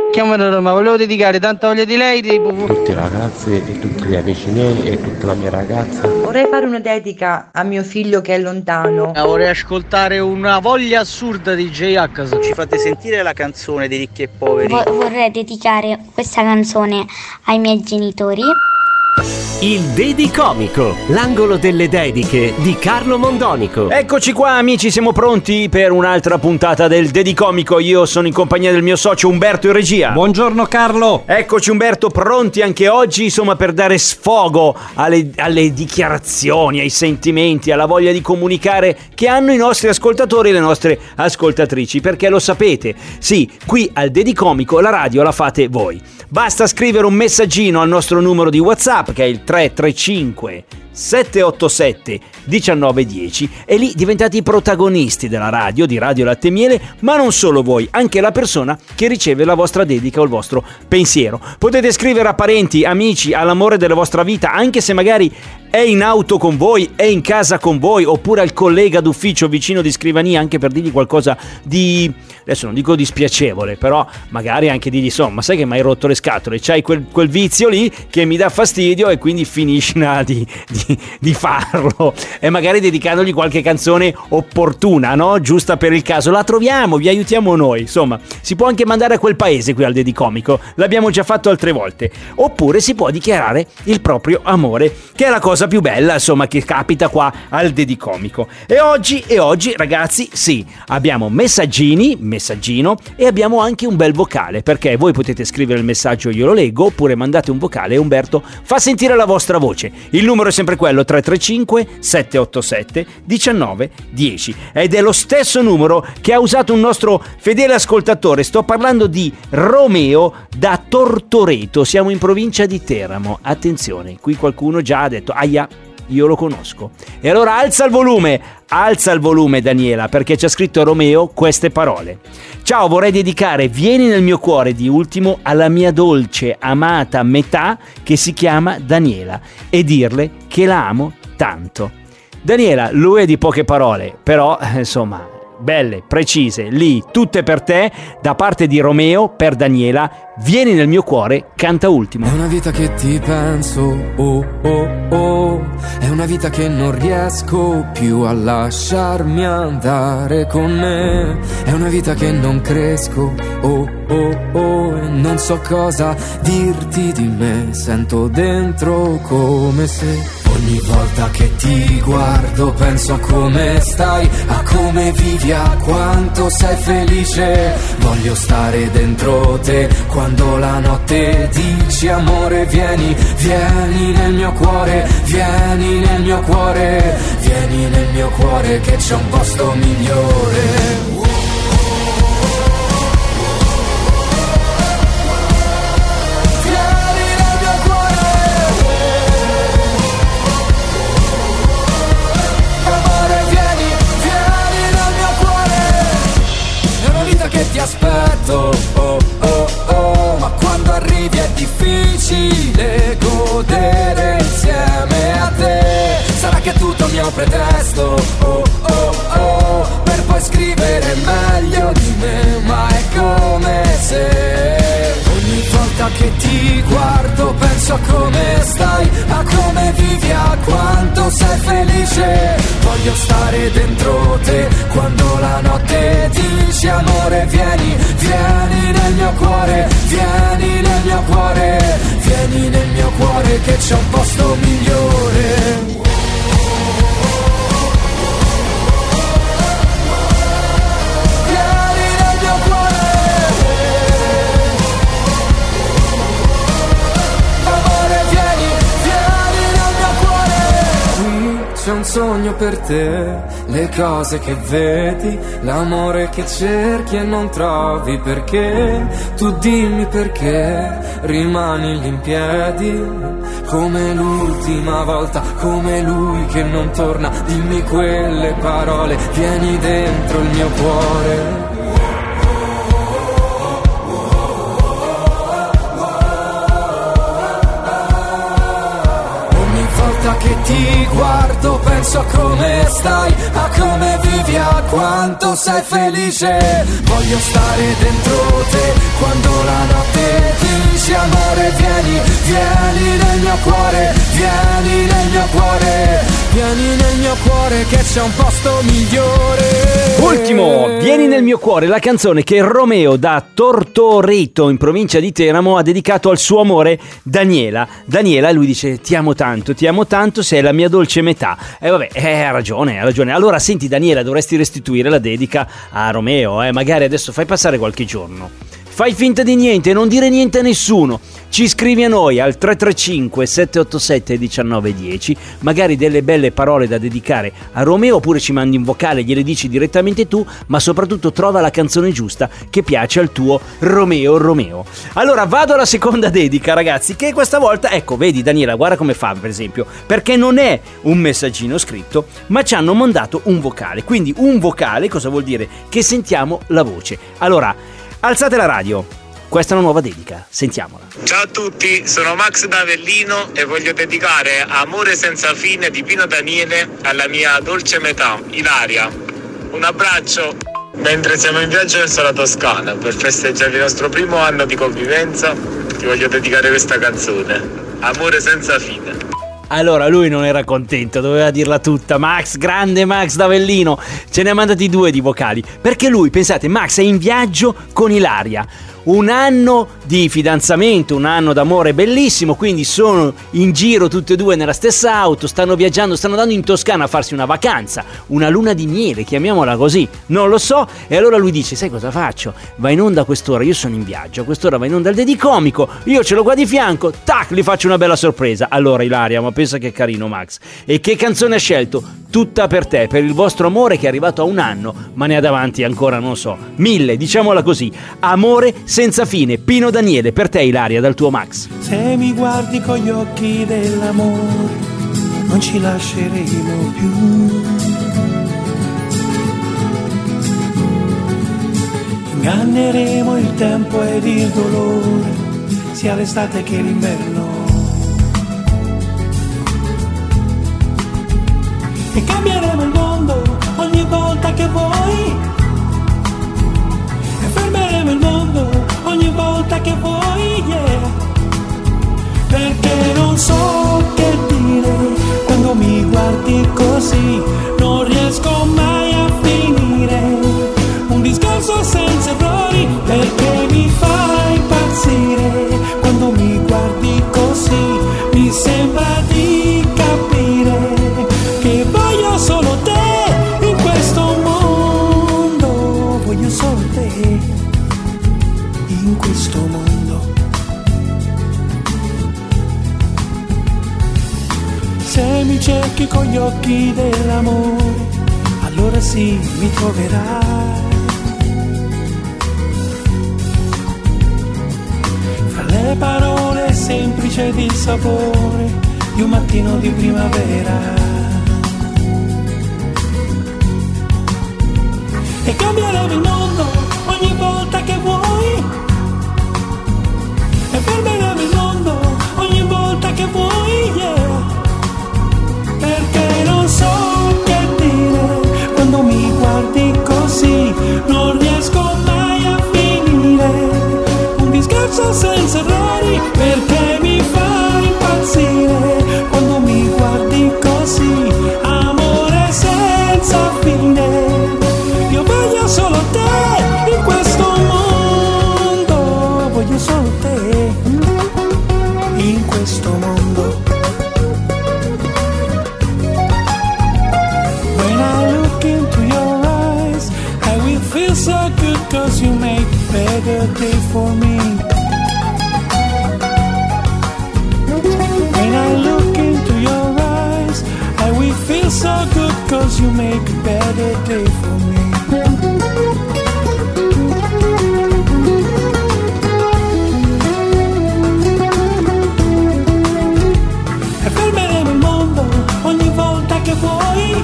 Chiamo da Roma, volevo dedicare tanta voglia di lei tutte le ragazze e tutti gli amici miei e tutta la mia ragazza. Vorrei fare una dedica a mio figlio che è lontano. Vorrei ascoltare una voglia assurda di J-H. Ci fate sentire la canzone di Ricchi e Poveri? Vorrei dedicare questa canzone ai miei genitori. Il Dedicomico, l'angolo delle dediche di Carlo Mondonico. Eccoci qua amici, siamo pronti per un'altra puntata del Dedicomico. Io sono in compagnia del mio socio Umberto in regia. Buongiorno Carlo. Eccoci Umberto, pronti anche oggi insomma per dare sfogo alle dichiarazioni, ai sentimenti, alla voglia di comunicare che hanno i nostri ascoltatori e le nostre ascoltatrici. Perché lo sapete, sì, qui al Dedicomico la radio la fate voi. Basta scrivere un messaggino al nostro numero di WhatsApp che è il 335 787 1910 e lì diventate i protagonisti della radio, di Radio Latte e Miele, ma non solo voi, anche la persona che riceve la vostra dedica o il vostro pensiero. Potete scrivere a parenti, amici, all'amore della vostra vita, anche se magari è in auto con voi, è in casa con voi, oppure al collega d'ufficio vicino di scrivania, anche per dirgli qualcosa di, adesso non dico dispiacevole, però magari anche dirgli insomma, sai che mi hai rotto le scatole, c'hai quel vizio lì che mi dà fastidio e quindi finiscila di farlo, e magari dedicandogli qualche canzone opportuna, no? Giusta per il caso. La troviamo, vi aiutiamo noi. Insomma, si può anche mandare a quel paese qui al Dedicomico, l'abbiamo già fatto altre volte. Oppure si può dichiarare il proprio amore, che è la cosa più bella, insomma, che capita qua al Dedicomico. E oggi ragazzi, sì, abbiamo messaggino e abbiamo anche un bel vocale, perché voi potete scrivere il messaggio, io lo leggo, oppure mandate un vocale e Umberto fa sentire la vostra voce. Il numero è sempre quello, 335 787 1910, ed è lo stesso numero che ha usato un nostro fedele ascoltatore. Sto parlando di Romeo da Tortoreto, siamo in provincia di Teramo. Attenzione, qui qualcuno già ha detto aia, io lo conosco. E allora alza il volume Daniela, perché c'è scritto Romeo queste parole: ciao, vorrei dedicare Vieni nel mio cuore di Ultimo alla mia dolce amata metà che si chiama Daniela, e dirle che la amo tanto. Daniela, lui è di poche parole, però insomma belle, precise, lì, tutte per te, da parte di Romeo per Daniela. Vieni nel mio cuore, canta Ultimo. È una vita che ti penso, oh oh oh, è una vita che non riesco più a lasciarmi andare con me, è una vita che non cresco, oh oh oh, e non so cosa dirti di me, sento dentro come se ogni volta che ti guardo penso a come stai, a come vivi, a quanto sei felice. Voglio stare dentro te quando la notte dici amore vieni, vieni nel mio cuore, vieni nel mio cuore, vieni nel mio cuore che c'è un posto migliore. Ti aspetto, oh oh oh, ma quando arrivi è difficile godere insieme a te. Sarà che è tutto mio pretesto, oh oh oh, per poi scrivere meglio di me, ma è come se ogni volta che ti guardo penso a come stai, a come vivi, a quanto sei felice. Voglio stare dentro te quando la notte dici amore vieni, vieni nel mio cuore, vieni nel mio cuore, vieni nel mio cuore che c'è un posto migliore. C'è un sogno per te, le cose che vedi, l'amore che cerchi e non trovi, perché tu dimmi perché rimani lì in piedi come l'ultima volta, come lui che non torna. Dimmi quelle parole, vieni dentro il mio cuore. Che ti guardo penso a come stai, a come vivi, a quanto sei felice. Voglio stare dentro te quando la notte cuore che c'è un posto migliore. Ultimo, Vieni nel mio cuore, la canzone che Romeo da Tortoreto in provincia di Teramo ha dedicato al suo amore Daniela. Daniela, lui dice ti amo tanto, sei la mia dolce metà. E vabbè, ha ragione. Allora senti Daniela, dovresti restituire la dedica a Romeo, magari adesso fai passare qualche giorno. Fai finta di niente, non dire niente a nessuno. Ci scrivi a noi al 335 787 1910, magari delle belle parole da dedicare a Romeo, oppure ci mandi in vocale, gliele dici direttamente tu, ma soprattutto trova la canzone giusta che piace al tuo Romeo. Allora vado alla seconda dedica, ragazzi, che questa volta, ecco, vedi Daniela, guarda come fa per esempio, perché non è un messaggino scritto, ma ci hanno mandato un vocale. Quindi un vocale cosa vuol dire? Che sentiamo la voce. Allora, alzate la radio, questa è una nuova dedica, sentiamola. Ciao a tutti, sono Max da Avellino e voglio dedicare Amore senza fine di Pino Daniele alla mia dolce metà, Ilaria. Un abbraccio. Mentre siamo in viaggio verso la Toscana per festeggiare il nostro primo anno di convivenza, ti voglio dedicare questa canzone, Amore senza fine. Allora lui non era contento, doveva dirla tutta. Max, grande Max d'Avellino, ce ne ha mandati 2 di vocali, perché lui, pensate, Max è in viaggio con Ilaria, un anno di fidanzamento, un anno d'amore bellissimo, quindi sono in giro tutti e due nella stessa auto, stanno viaggiando, stanno andando in Toscana a farsi una vacanza, una luna di miele, chiamiamola così, non lo so. E allora lui dice, sai cosa faccio? Va in onda a quest'ora, io sono in viaggio, a quest'ora va in onda il Dedicomico, io ce l'ho qua di fianco, tac, gli faccio una bella sorpresa. Allora Ilaria, ma pensa che carino Max, e che canzone ha scelto? Tutta per te, per il vostro amore che è arrivato a 1 anno, ma ne ha davanti ancora, non so, 1000, diciamola così. Amore senza fine, Pino Daniele, per te Ilaria, dal tuo Max. Se mi guardi con gli occhi dell'amore, non ci lasceremo più. Inganneremo il tempo ed il dolore, sia l'estate che l'inverno. E cambieremo il mondo ogni volta che vuoi, e fermeremo il mondo ogni volta che vuoi, yeah. Perché non so che dire quando mi guardi così, non riesco mai a finire un discorso senza errori, perché mi fai impazzire quando mi guardi così, mi sembra di capire che voglio solo te in questo mondo, voglio solo te in questo mondo. Se mi cerchi con gli occhi dell'amore, allora sì mi troverai. Fra le parole semplici ed il sapore di un mattino di primavera. E cambieremo il mondo ogni volta che vuoi, e fermeremo il mondo ogni volta che vuoi, yeah. Perché non so che dire quando mi guardi così, non riesco mai a finire un discorso senza errori, perché mi fai impazzire quando mi guardi così. Amore senza fine, io voglio solo te in questo mondo, voglio solo te in questo mondo. When I look into your eyes, I will feel so good, 'cause you make a better day for me. When I look into your eyes, I will feel so good, 'cause you make a better day for me. E fermeremo il mondo ogni volta che vuoi,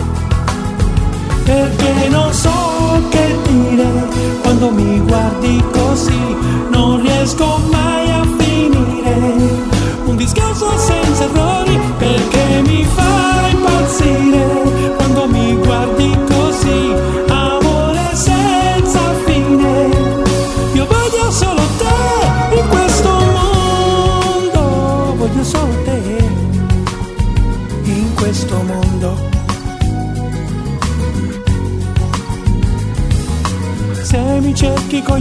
perché non so che dire quando mi guardi così, non riesco mai a finire un discorso senza errori, perché mi fai impazzire quando mi guardi così.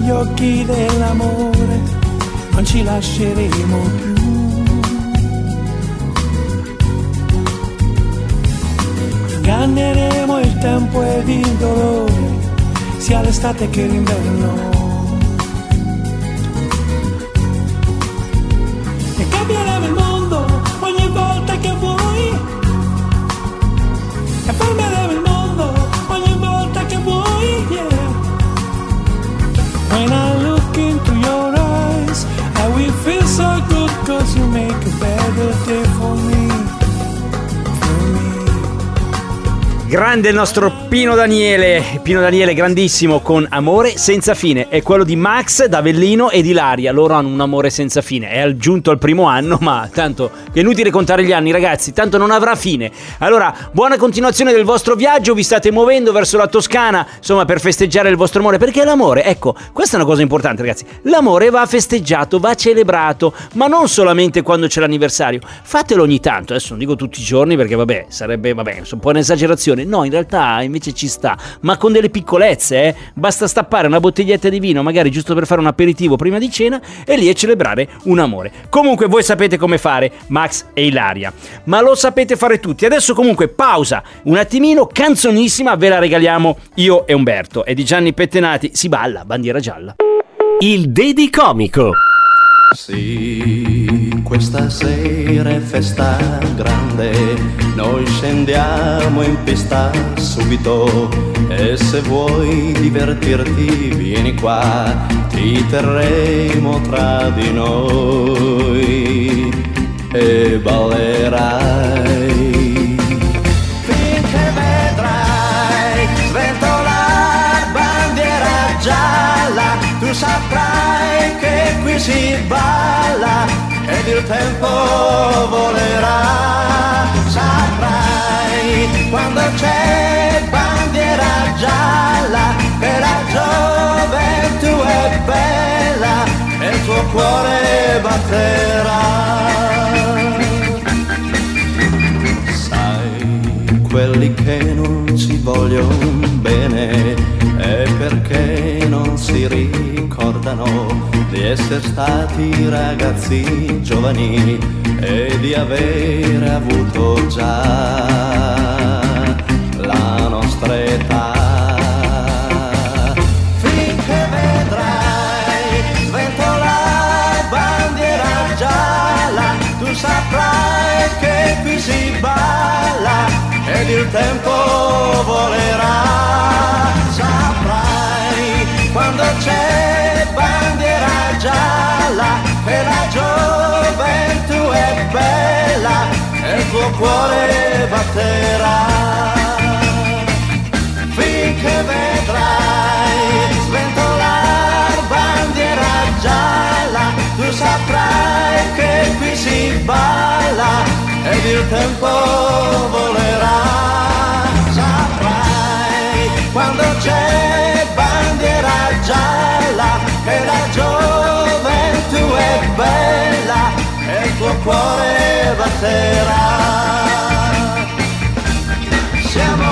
negli occhi dell'amore, non ci lasceremo più. Inganneremo il tempo ed il dolore, sia l'estate che l'inverno. E cambieremo il mondo ogni volta che vuoi. E fermeremo il mondo ogni volta che vuoi, yeah. When I look into your eyes, I will feel so good, 'cause you make a better day for me, for me. Grande il nostro Pino Daniele grandissimo con Amore senza fine, è quello di Max, d'Avellino ed Ilaria, loro hanno un amore senza fine, è giunto al primo anno, ma tanto è inutile contare gli anni ragazzi, tanto non avrà fine. Allora, buona continuazione del vostro viaggio, vi state muovendo verso la Toscana, insomma, per festeggiare il vostro amore, perché l'amore, ecco, questa è una cosa importante ragazzi, l'amore va festeggiato, va celebrato, ma non solamente quando c'è l'anniversario, fatelo ogni tanto, adesso non dico tutti i giorni perché sarebbe un po' un'esagerazione, no, in realtà invece ci sta, ma con delle piccolezze, basta stappare una bottiglietta di vino, magari giusto per fare un aperitivo prima di cena, e lì è celebrare un amore. Comunque voi sapete come fare, Max e Ilaria, ma lo sapete fare tutti. Adesso comunque pausa, un attimino, canzonissima, ve la regaliamo io e Umberto, e di Gianni Pettenati, si balla Bandiera Gialla. Il Dedicomico. Sì, questa sera è festa grande, noi scendiamo in pista subito, e se vuoi divertirti vieni qua, ti terremo tra di noi e ballerai finché vedrai sventolar bandiera gialla, tu saprai che qui si balla ed il tempo volerà, saprai quando c'è bandiera gialla che la gioventù è bella e il tuo cuore batterà. Sai, quelli che non ci vogliono bene è perché non si ricordano di essere stati ragazzi giovani e di avere avuto già la nostra età. Finché vedrai sventolare bandiera gialla, tu saprai che qui si balla ed il tempo volerà, saprai quando c'è bandiera gialla che la gioventù è bella e il tuo cuore batterà. Finché vedrai sventolar bandiera gialla, tu saprai che qui si balla ed il tempo volerà, saprai quando c'è bandiera gialla che la gioventù è bella e il tuo cuore batterà. Siamo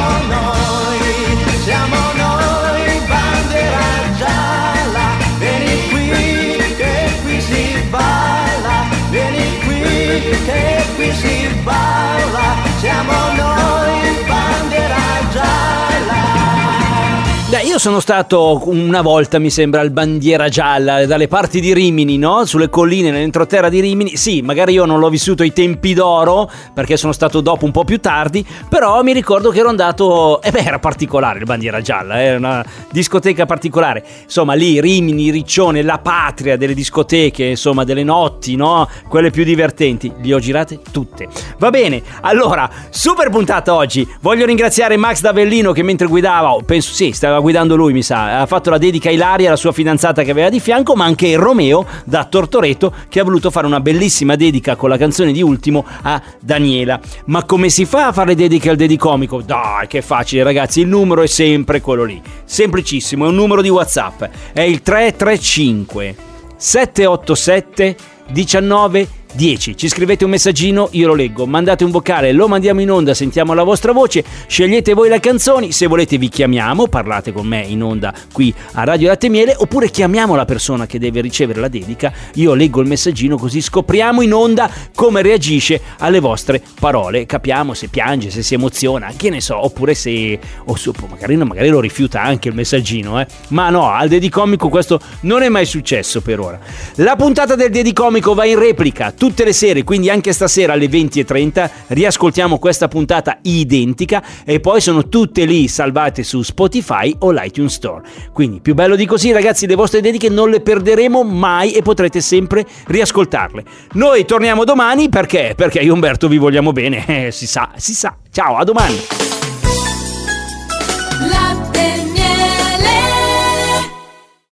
noi bandiera gialla, vieni qui che qui si balla, vieni qui che qui si balla, siamo noi bandiera gialla. Io sono stato una volta, mi sembra, al Bandiera Gialla dalle parti di Rimini, no? Sulle colline nell'entroterra di Rimini. Sì, magari io non l'ho vissuto ai tempi d'oro perché sono stato dopo un po' più tardi, però mi ricordo che ero andato, era particolare il Bandiera Gialla, era una discoteca particolare. Insomma, lì Rimini, Riccione, la patria delle discoteche, insomma, delle notti, no? Quelle più divertenti, li ho girate tutte. Va bene, allora, super puntata oggi. Voglio ringraziare Max d'Avellino che mentre guidava, penso sì, stava guidando lui, mi sa, ha fatto la dedica a Ilaria, la sua fidanzata che aveva di fianco, ma anche Romeo da Tortoreto che ha voluto fare una bellissima dedica con la canzone di Ultimo a Daniela. Ma come si fa a fare le dediche al Dedicomico? Dai, che facile ragazzi, il numero è sempre quello lì, semplicissimo, è un numero di WhatsApp, è il 335 787 19 10. Ci scrivete un messaggino, io lo leggo, mandate un vocale, lo mandiamo in onda, sentiamo la vostra voce, scegliete voi le canzoni, se volete vi chiamiamo, parlate con me in onda qui a Radio Latte e Miele, oppure chiamiamo la persona che deve ricevere la dedica, io leggo il messaggino così scopriamo in onda come reagisce alle vostre parole, capiamo se piange, se si emoziona, che ne so, oppure se magari lo rifiuta anche il messaggino, ma no, al Dedicomico questo non è mai successo per ora. La puntata del Dedicomico va in replica tutte le sere, quindi anche stasera alle 20:30 riascoltiamo questa puntata identica e poi sono tutte lì salvate su Spotify o l'iTunes Store. Quindi più bello di così, ragazzi, le vostre dediche non le perderemo mai e potrete sempre riascoltarle. Noi torniamo domani perché io e Umberto vi vogliamo bene, si sa. Ciao, a domani.